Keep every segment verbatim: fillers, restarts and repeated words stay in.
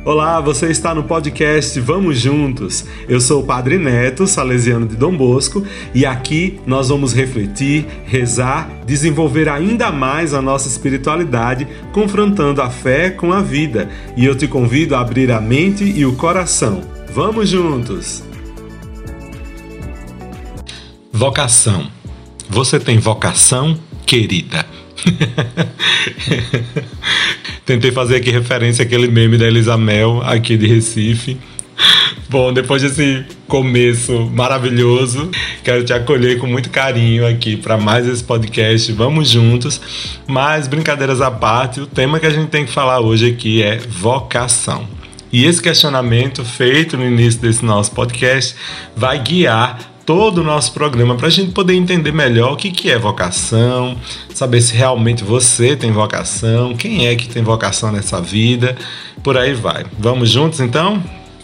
Olá, você está no podcast Vamos Juntos. Eu sou o Padre Neto, salesiano de Dom Bosco, e aqui nós vamos refletir, rezar, desenvolver ainda mais a nossa espiritualidade, confrontando a fé com a vida. E eu te convido a abrir a mente e o coração. Vamos juntos! Vocação. Você tem vocação, querida? Tentei fazer aqui referência àquele meme da Elisa Mel, aqui de Recife. Bom, depois desse começo maravilhoso, quero te acolher com muito carinho aqui para mais esse podcast. Vamos juntos. Mas, brincadeiras à parte, o tema que a gente tem que falar hoje aqui é vocação. E esse questionamento feito no início desse nosso podcast vai guiar todo o nosso programa para a gente poder entender melhor o que, que é vocação, saber se realmente você tem vocação, quem é que tem vocação nessa vida, por aí vai. Vamos juntos então?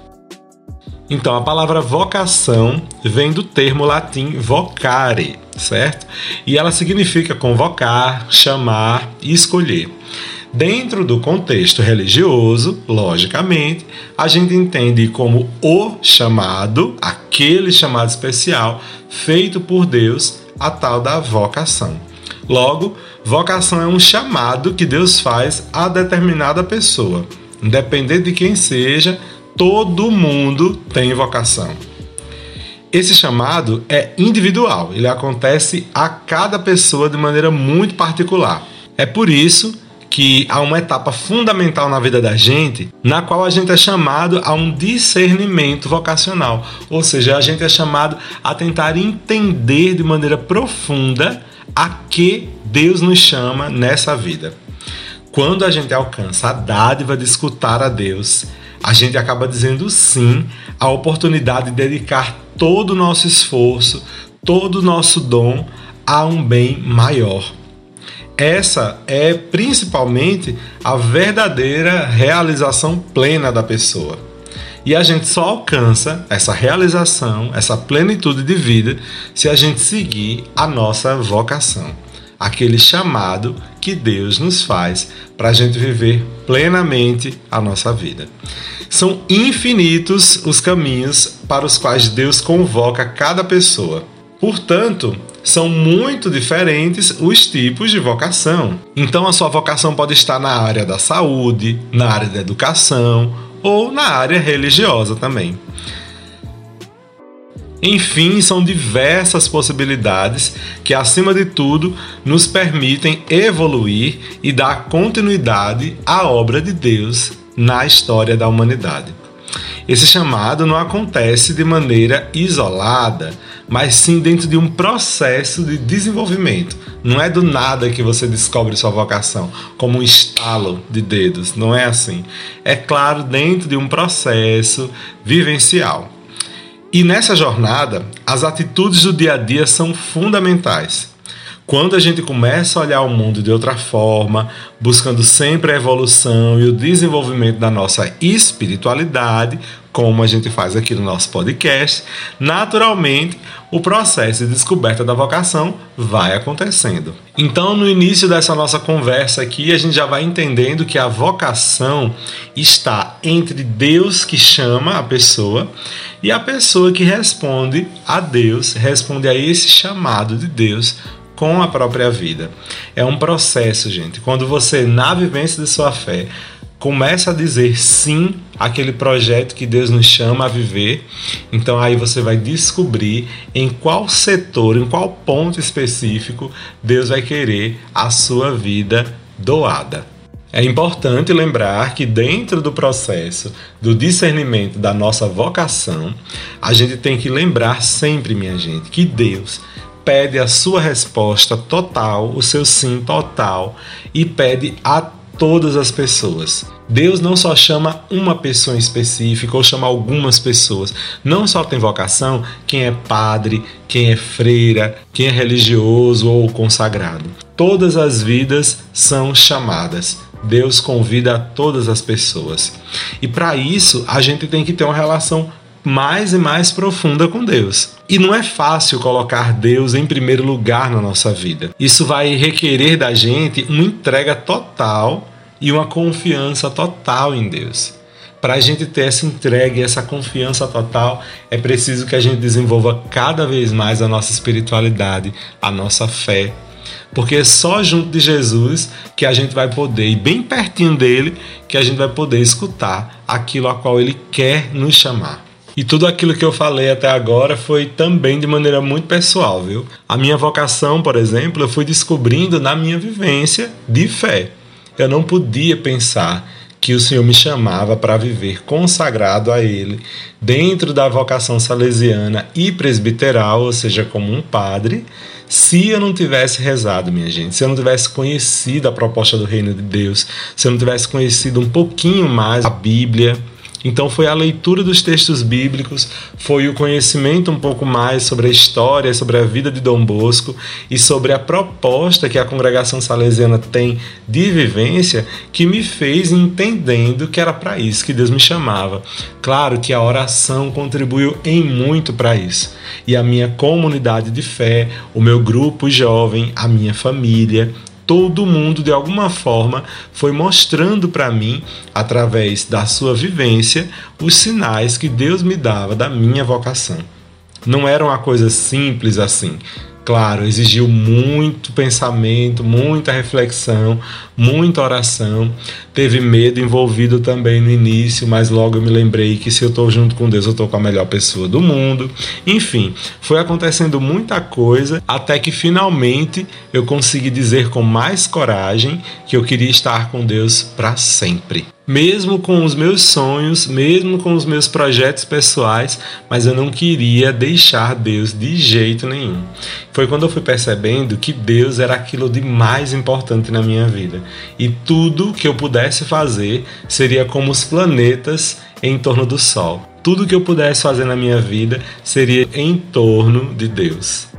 Então, a palavra vocação vem do termo latim vocare, certo? E ela significa convocar, chamar e escolher. Dentro do contexto religioso, logicamente, a gente entende como o chamado, aquele chamado especial, feito por Deus, a tal da vocação. Logo, vocação é um chamado que Deus faz a determinada pessoa. Independente de quem seja, todo mundo tem vocação. Esse chamado é individual, ele acontece a cada pessoa de maneira muito particular. É por isso que há uma etapa fundamental na vida da gente, na qual a gente é chamado a um discernimento vocacional. Ou seja, a gente é chamado a tentar entender de maneira profunda a que Deus nos chama nessa vida. Quando a gente alcança a dádiva de escutar a Deus, a gente acaba dizendo sim à oportunidade de dedicar todo o nosso esforço, todo o nosso dom a um bem maior. Essa é principalmente a verdadeira realização plena da pessoa. E a gente só alcança essa realização, essa plenitude de vida, se a gente seguir a nossa vocação. Aquele chamado que Deus nos faz para a gente viver plenamente a nossa vida. São infinitos os caminhos para os quais Deus convoca cada pessoa. Portanto, são muito diferentes os tipos de vocação. Então, a sua vocação pode estar na área da saúde, na área da educação ou na área religiosa também. Enfim, são diversas possibilidades que, acima de tudo, nos permitem evoluir e dar continuidade à obra de Deus na história da humanidade. Esse chamado não acontece de maneira isolada, mas sim dentro de um processo de desenvolvimento. Não é do nada que você descobre sua vocação, como um estalo de dedos, não é assim. É claro, dentro de um processo vivencial. E nessa jornada, as atitudes do dia a dia são fundamentais. Quando a gente começa a olhar o mundo de outra forma, buscando sempre a evolução e o desenvolvimento da nossa espiritualidade, como a gente faz aqui no nosso podcast, naturalmente o processo de descoberta da vocação vai acontecendo. Então, no início dessa nossa conversa aqui, a gente já vai entendendo que a vocação está entre Deus que chama a pessoa e a pessoa que responde a Deus, responde a esse chamado de Deus com a própria vida. É um processo, gente. Quando você, na vivência de sua fé, começa a dizer sim àquele projeto que Deus nos chama a viver, então aí você vai descobrir em qual setor, em qual ponto específico Deus vai querer a sua vida doada. É importante lembrar que dentro do processo do discernimento da nossa vocação, a gente tem que lembrar sempre, minha gente, que Deus pede a sua resposta total, o seu sim total, e pede a todas as pessoas. Deus não só chama uma pessoa em específico ou chama algumas pessoas. Não só tem vocação quem é padre, quem é freira, quem é religioso ou consagrado. Todas as vidas são chamadas. Deus convida a todas as pessoas. E para isso, a gente tem que ter uma relação mais e mais profunda com Deus. E não é fácil colocar Deus em primeiro lugar na nossa vida. Isso vai requerer da gente uma entrega total e uma confiança total em Deus. Para a gente ter essa entrega e essa confiança total, é preciso que a gente desenvolva cada vez mais a nossa espiritualidade, a nossa fé. Porque é só junto de Jesus que a gente vai poder, e bem pertinho dele, que a gente vai poder escutar aquilo a qual ele quer nos chamar. E tudo aquilo que eu falei até agora foi também de maneira muito pessoal, viu? A minha vocação, por exemplo, eu fui descobrindo na minha vivência de fé. Eu não podia pensar que o Senhor me chamava para viver consagrado a Ele, dentro da vocação salesiana e presbiteral, ou seja, como um padre, se eu não tivesse rezado, minha gente, se eu não tivesse conhecido a proposta do Reino de Deus, se eu não tivesse conhecido um pouquinho mais a Bíblia. Então foi a leitura dos textos bíblicos, foi o conhecimento um pouco mais sobre a história, sobre a vida de Dom Bosco e sobre a proposta que a congregação salesiana tem de vivência que me fez entendendo que era para isso que Deus me chamava. Claro que a oração contribuiu em muito para isso. E a minha comunidade de fé, o meu grupo jovem, a minha família, todo mundo, de alguma forma, foi mostrando para mim, através da sua vivência, os sinais que Deus me dava da minha vocação. Não era uma coisa simples assim. Claro, exigiu muito pensamento, muita reflexão, muita oração. Teve medo envolvido também no início, mas logo eu me lembrei que se eu estou junto com Deus, eu estou com a melhor pessoa do mundo. Enfim, foi acontecendo muita coisa até que finalmente eu consegui dizer com mais coragem que eu queria estar com Deus para sempre. Mesmo com os meus sonhos, mesmo com os meus projetos pessoais, mas eu não queria deixar Deus de jeito nenhum. Foi quando eu fui percebendo que Deus era aquilo de mais importante na minha vida. E tudo que eu pudesse fazer seria como os planetas em torno do Sol. Tudo que eu pudesse fazer na minha vida seria em torno de Deus.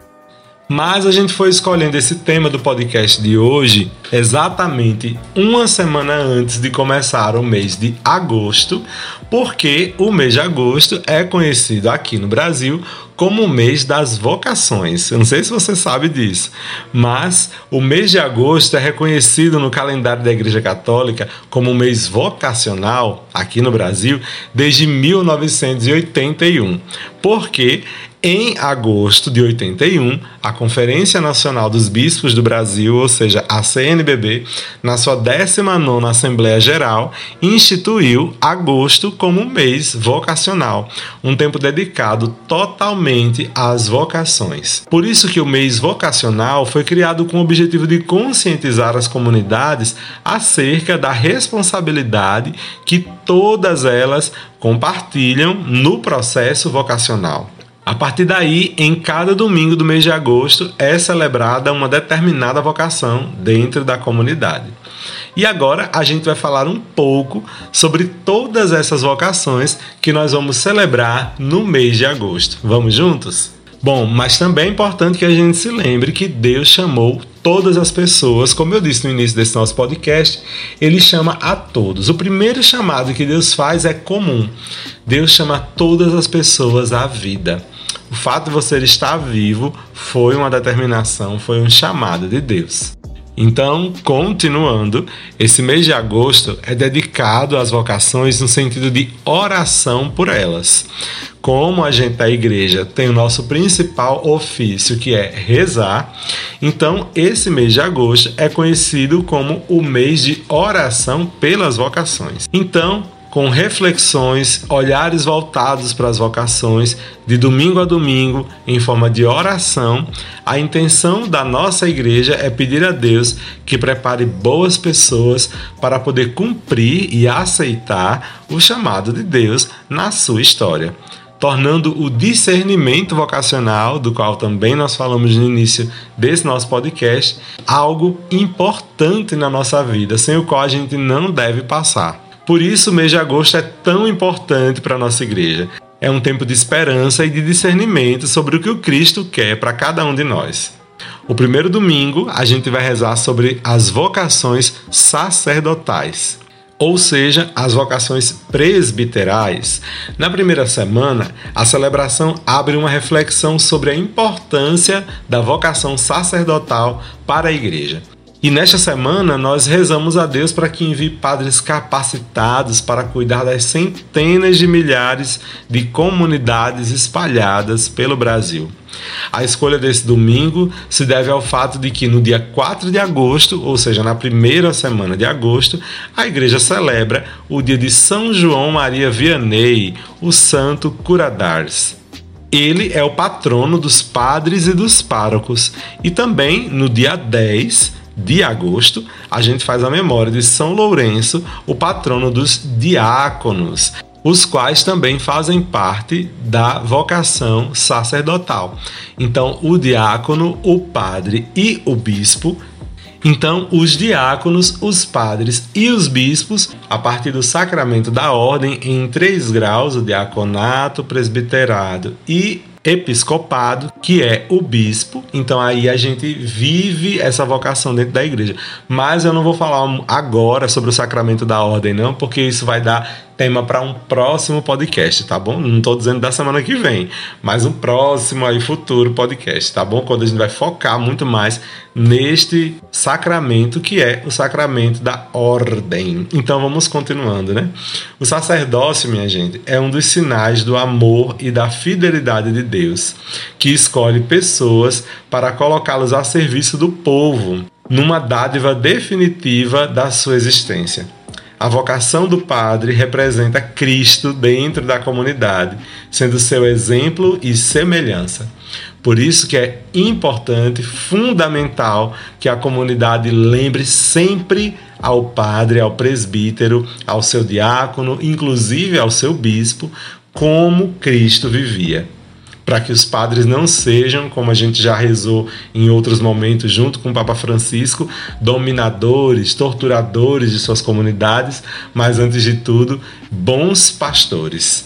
Mas a gente foi escolhendo esse tema do podcast de hoje exatamente uma semana antes de começar o mês de agosto, porque o mês de agosto é conhecido aqui no Brasil como o mês das vocações. Eu não sei se você sabe disso, mas o mês de agosto é reconhecido no calendário da Igreja Católica como um mês vocacional aqui no Brasil desde mil novecentos e oitenta e um, porque em agosto de oitenta e um, a Conferência Nacional dos Bispos do Brasil, ou seja, a C N B B, na sua décima nona Assembleia Geral, instituiu agosto como um mês vocacional, um tempo dedicado totalmente às vocações. Por isso que o mês vocacional foi criado com o objetivo de conscientizar as comunidades acerca da responsabilidade que todas elas compartilham no processo vocacional. A partir daí, em cada domingo do mês de agosto, é celebrada uma determinada vocação dentro da comunidade. E agora a gente vai falar um pouco sobre todas essas vocações que nós vamos celebrar no mês de agosto. Vamos juntos? Bom, mas também é importante que a gente se lembre que Deus chamou todas as pessoas, como eu disse no início desse nosso podcast, Ele chama a todos. O primeiro chamado que Deus faz é comum. Deus chama todas as pessoas à vida. O fato de você estar vivo foi uma determinação, foi um chamado de Deus. Então, continuando, esse mês de agosto é dedicado às vocações no sentido de oração por elas. Como a gente da igreja tem o nosso principal ofício, que é rezar, então esse mês de agosto é conhecido como o mês de oração pelas vocações. Então, com reflexões, olhares voltados para as vocações, de domingo a domingo, em forma de oração, a intenção da nossa igreja é pedir a Deus que prepare boas pessoas para poder cumprir e aceitar o chamado de Deus na sua história, tornando o discernimento vocacional, do qual também nós falamos no início desse nosso podcast, algo importante na nossa vida, sem o qual a gente não deve passar. Por isso, o mês de agosto é tão importante para a nossa igreja. É um tempo de esperança e de discernimento sobre o que o Cristo quer para cada um de nós. O primeiro domingo, a gente vai rezar sobre as vocações sacerdotais, ou seja, as vocações presbiterais. Na primeira semana, a celebração abre uma reflexão sobre a importância da vocação sacerdotal para a igreja. E nesta semana nós rezamos a Deus para que envie padres capacitados para cuidar das centenas de milhares de comunidades espalhadas pelo Brasil. A escolha desse domingo se deve ao fato de que no dia quatro de agosto, ou seja, na primeira semana de agosto, a igreja celebra o dia de São João Maria Vianney, o santo Curadars. Ele é o patrono dos padres e dos párocos. E também no dia dez de agosto, a gente faz a memória de São Lourenço, o patrono dos diáconos, os quais também fazem parte da vocação sacerdotal. Então, o diácono, o padre e o bispo. Então, os diáconos, os padres e os bispos, a partir do sacramento da ordem, em três graus, o diaconato, presbiterado e episcopado, que é o bispo. Então aí a gente vive essa vocação dentro da igreja. Mas eu não vou falar agora sobre o sacramento da ordem, não, porque isso vai dar tema para um próximo podcast, tá bom? Não estou dizendo da semana que vem, mas um próximo aí futuro podcast, tá bom? Quando a gente vai focar muito mais neste sacramento, que é o sacramento da ordem. Então vamos continuando, né? O sacerdócio, minha gente, é um dos sinais do amor e da fidelidade de Deus, que escolhe pessoas para colocá-los a serviço do povo, numa dádiva definitiva da sua existência. A vocação do padre representa Cristo dentro da comunidade, sendo seu exemplo e semelhança. Por isso que é importante, fundamental, que a comunidade lembre sempre ao padre, ao presbítero, ao seu diácono, inclusive ao seu bispo, como Cristo vivia. Para que os padres não sejam, como a gente já rezou em outros momentos junto com o Papa Francisco, dominadores, torturadores de suas comunidades, mas antes de tudo, bons pastores.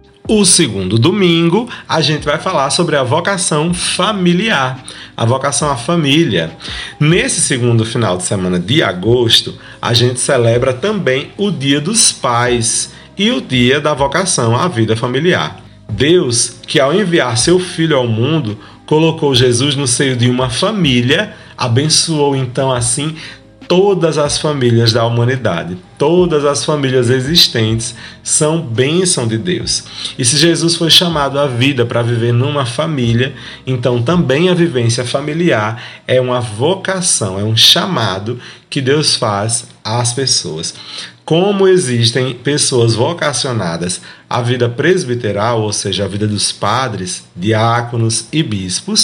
O segundo domingo, a gente vai falar sobre a vocação familiar, a vocação à família. Nesse segundo final de semana de agosto, a gente celebra também o Dia dos Pais e o Dia da Vocação à Vida Familiar. Deus, que ao enviar seu Filho ao mundo, colocou Jesus no seio de uma família, abençoou então assim todas as famílias da humanidade. Todas as famílias existentes são bênção de Deus. E se Jesus foi chamado à vida para viver numa família, então também a vivência familiar é uma vocação, é um chamado que Deus faz às pessoas. Como existem pessoas vocacionadas à vida presbiteral, ou seja, à vida dos padres, diáconos e bispos,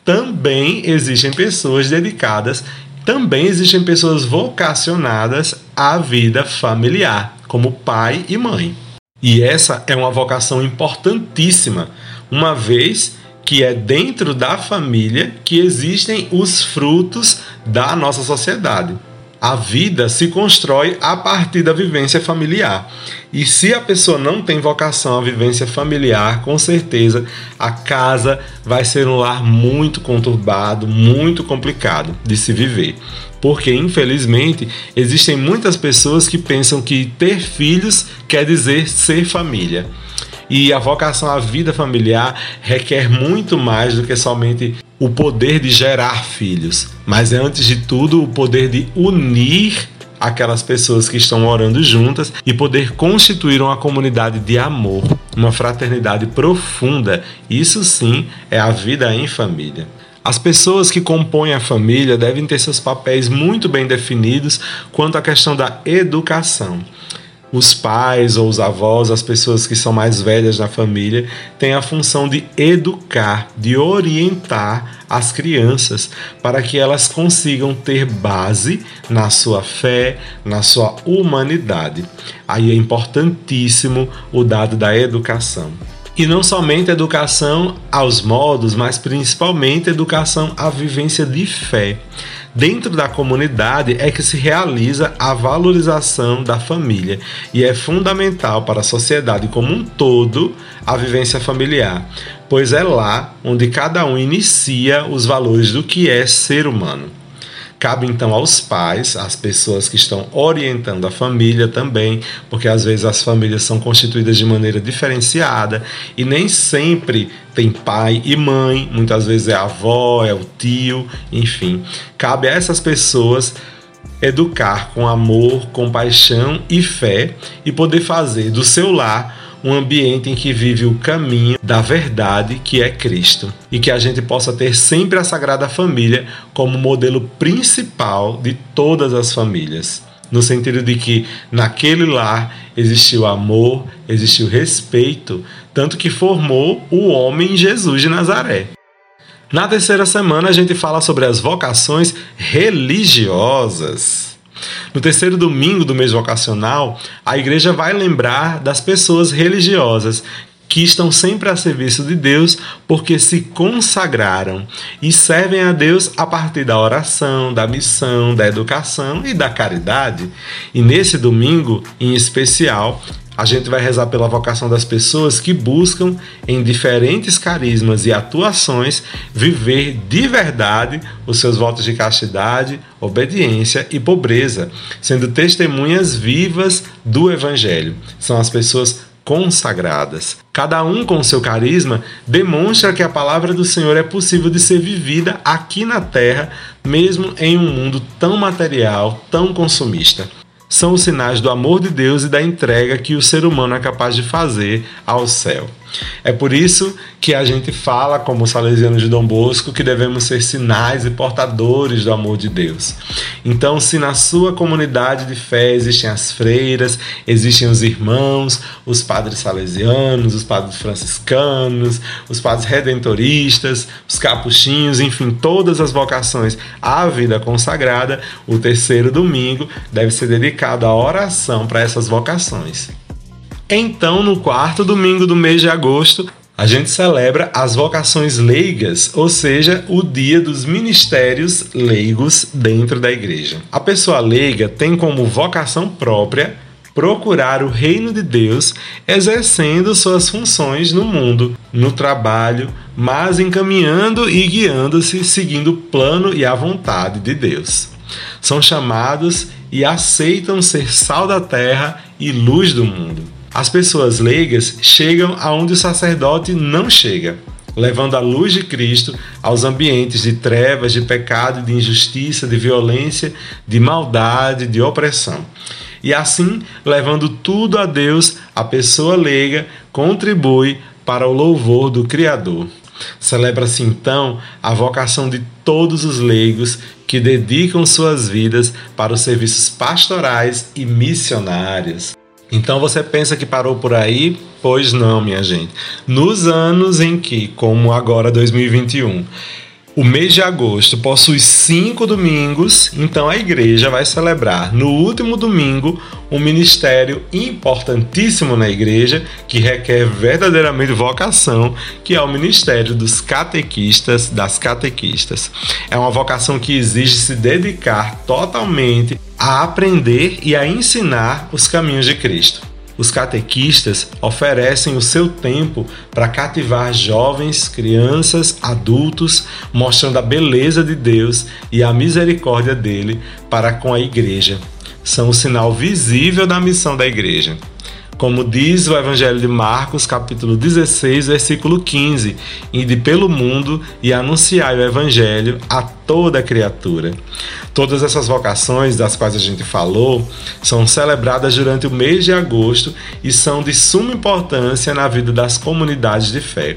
também existem pessoas dedicadas, também existem pessoas vocacionadas à vida familiar, como pai e mãe. E essa é uma vocação importantíssima, uma vez que é dentro da família que existem os frutos da nossa sociedade. A vida se constrói a partir da vivência familiar. E se a pessoa não tem vocação à vivência familiar, com certeza a casa vai ser um lar muito conturbado, muito complicado de se viver. Porque, infelizmente, existem muitas pessoas que pensam que ter filhos quer dizer ser família. E a vocação à vida familiar requer muito mais do que somente o poder de gerar filhos, mas é, antes de tudo, o poder de unir aquelas pessoas que estão orando juntas e poder constituir uma comunidade de amor, uma fraternidade profunda. Isso sim é a vida em família. As pessoas que compõem a família devem ter seus papéis muito bem definidos quanto à questão da educação. Os pais ou os avós, as pessoas que são mais velhas na família, têm a função de educar, de orientar as crianças para que elas consigam ter base na sua fé, na sua humanidade. Aí é importantíssimo o dado da educação. E não somente educação aos modos, mas principalmente educação à vivência de fé. Dentro da comunidade é que se realiza a valorização da família e é fundamental para a sociedade como um todo a vivência familiar, pois é lá onde cada um inicia os valores do que é ser humano. Cabe então aos pais, às pessoas que estão orientando a família também, porque às vezes as famílias são constituídas de maneira diferenciada e nem sempre tem pai e mãe, muitas vezes é a avó, é o tio, enfim. Cabe a essas pessoas educar com amor, compaixão e fé e poder fazer do seu lar um ambiente em que vive o caminho da verdade, que é Cristo. E que a gente possa ter sempre a Sagrada Família como modelo principal de todas as famílias. No sentido de que naquele lar existiu amor, existiu respeito, tanto que formou o homem Jesus de Nazaré. Na terceira semana a gente fala sobre as vocações religiosas. No terceiro domingo do mês vocacional, a igreja vai lembrar das pessoas religiosas que estão sempre a serviço de Deus porque se consagraram e servem a Deus a partir da oração, da missão, da educação e da caridade. E nesse domingo, em especial, a gente vai rezar pela vocação das pessoas que buscam, em diferentes carismas e atuações, viver de verdade os seus votos de castidade, obediência e pobreza, sendo testemunhas vivas do Evangelho. São as pessoas consagradas. Cada um com seu carisma demonstra que a palavra do Senhor é possível de ser vivida aqui na Terra, mesmo em um mundo tão material, tão consumista. São os sinais do amor de Deus e da entrega que o ser humano é capaz de fazer ao céu. É por isso que a gente fala, como salesianos de Dom Bosco, que devemos ser sinais e portadores do amor de Deus. Então, se na sua comunidade de fé existem as freiras, existem os irmãos, os padres salesianos, os padres franciscanos, os padres redentoristas, os capuchinhos, enfim, todas as vocações à vida consagrada, o terceiro domingo deve ser dedicado à oração para essas vocações. Então, no quarto domingo do mês de agosto, a gente celebra as vocações leigas, ou seja, o dia dos ministérios leigos dentro da igreja. A pessoa leiga tem como vocação própria procurar o reino de Deus, exercendo suas funções no mundo, no trabalho, mas encaminhando e guiando-se seguindo o plano e a vontade de Deus. São chamados e aceitam ser sal da terra e luz do mundo. As pessoas leigas chegam aonde o sacerdote não chega, levando a luz de Cristo aos ambientes de trevas, de pecado, de injustiça, de violência, de maldade, de opressão. E assim, levando tudo a Deus, a pessoa leiga contribui para o louvor do Criador. Celebra-se então a vocação de todos os leigos que dedicam suas vidas para os serviços pastorais e missionários. Então você pensa que parou por aí? Pois não, minha gente. Nos anos em que, como agora dois mil e vinte e um, o mês de agosto possui cinco domingos, então a igreja vai celebrar no último domingo um ministério importantíssimo na igreja que requer verdadeiramente vocação, que é o ministério dos catequistas, das catequistas. É uma vocação que exige se dedicar totalmente a aprender e a ensinar os caminhos de Cristo. Os catequistas oferecem o seu tempo para cativar jovens, crianças, adultos, mostrando a beleza de Deus e a misericórdia dele para com a igreja. São o sinal visível da missão da igreja. Como diz o Evangelho de Marcos, capítulo dezesseis, versículo quinze, ide pelo mundo e anunciai o Evangelho a toda criatura. Todas essas vocações das quais a gente falou são celebradas durante o mês de agosto e são de suma importância na vida das comunidades de fé.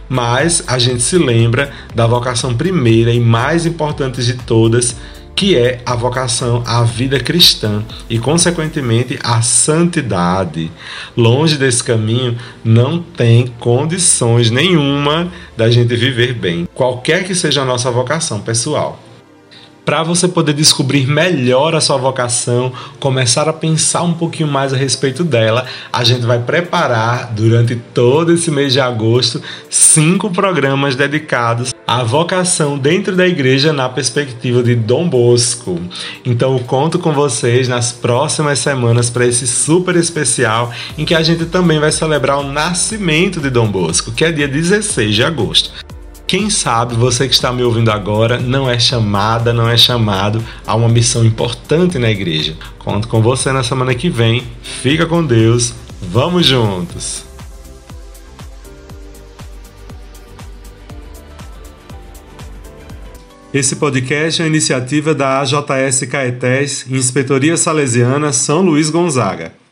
Mas a gente se lembra da vocação primeira e mais importante de todas, que é a vocação à vida cristã e, consequentemente, à santidade. Longe desse caminho, não tem condições nenhuma da gente viver bem, qualquer que seja a nossa vocação pessoal. Para você poder descobrir melhor a sua vocação, começar a pensar um pouquinho mais a respeito dela, a gente vai preparar durante todo esse mês de agosto cinco programas dedicados à vocação dentro da igreja na perspectiva de Dom Bosco. Então eu conto com vocês nas próximas semanas para esse super especial em que a gente também vai celebrar o nascimento de Dom Bosco, que é dia dezesseis de agosto. Quem sabe você que está me ouvindo agora não é chamada, não é chamado a uma missão importante na igreja. Conto com você na semana que vem. Fica com Deus. Vamos juntos! Esse podcast é uma iniciativa da A J S Caetés, Inspetoria Salesiana São Luís Gonzaga.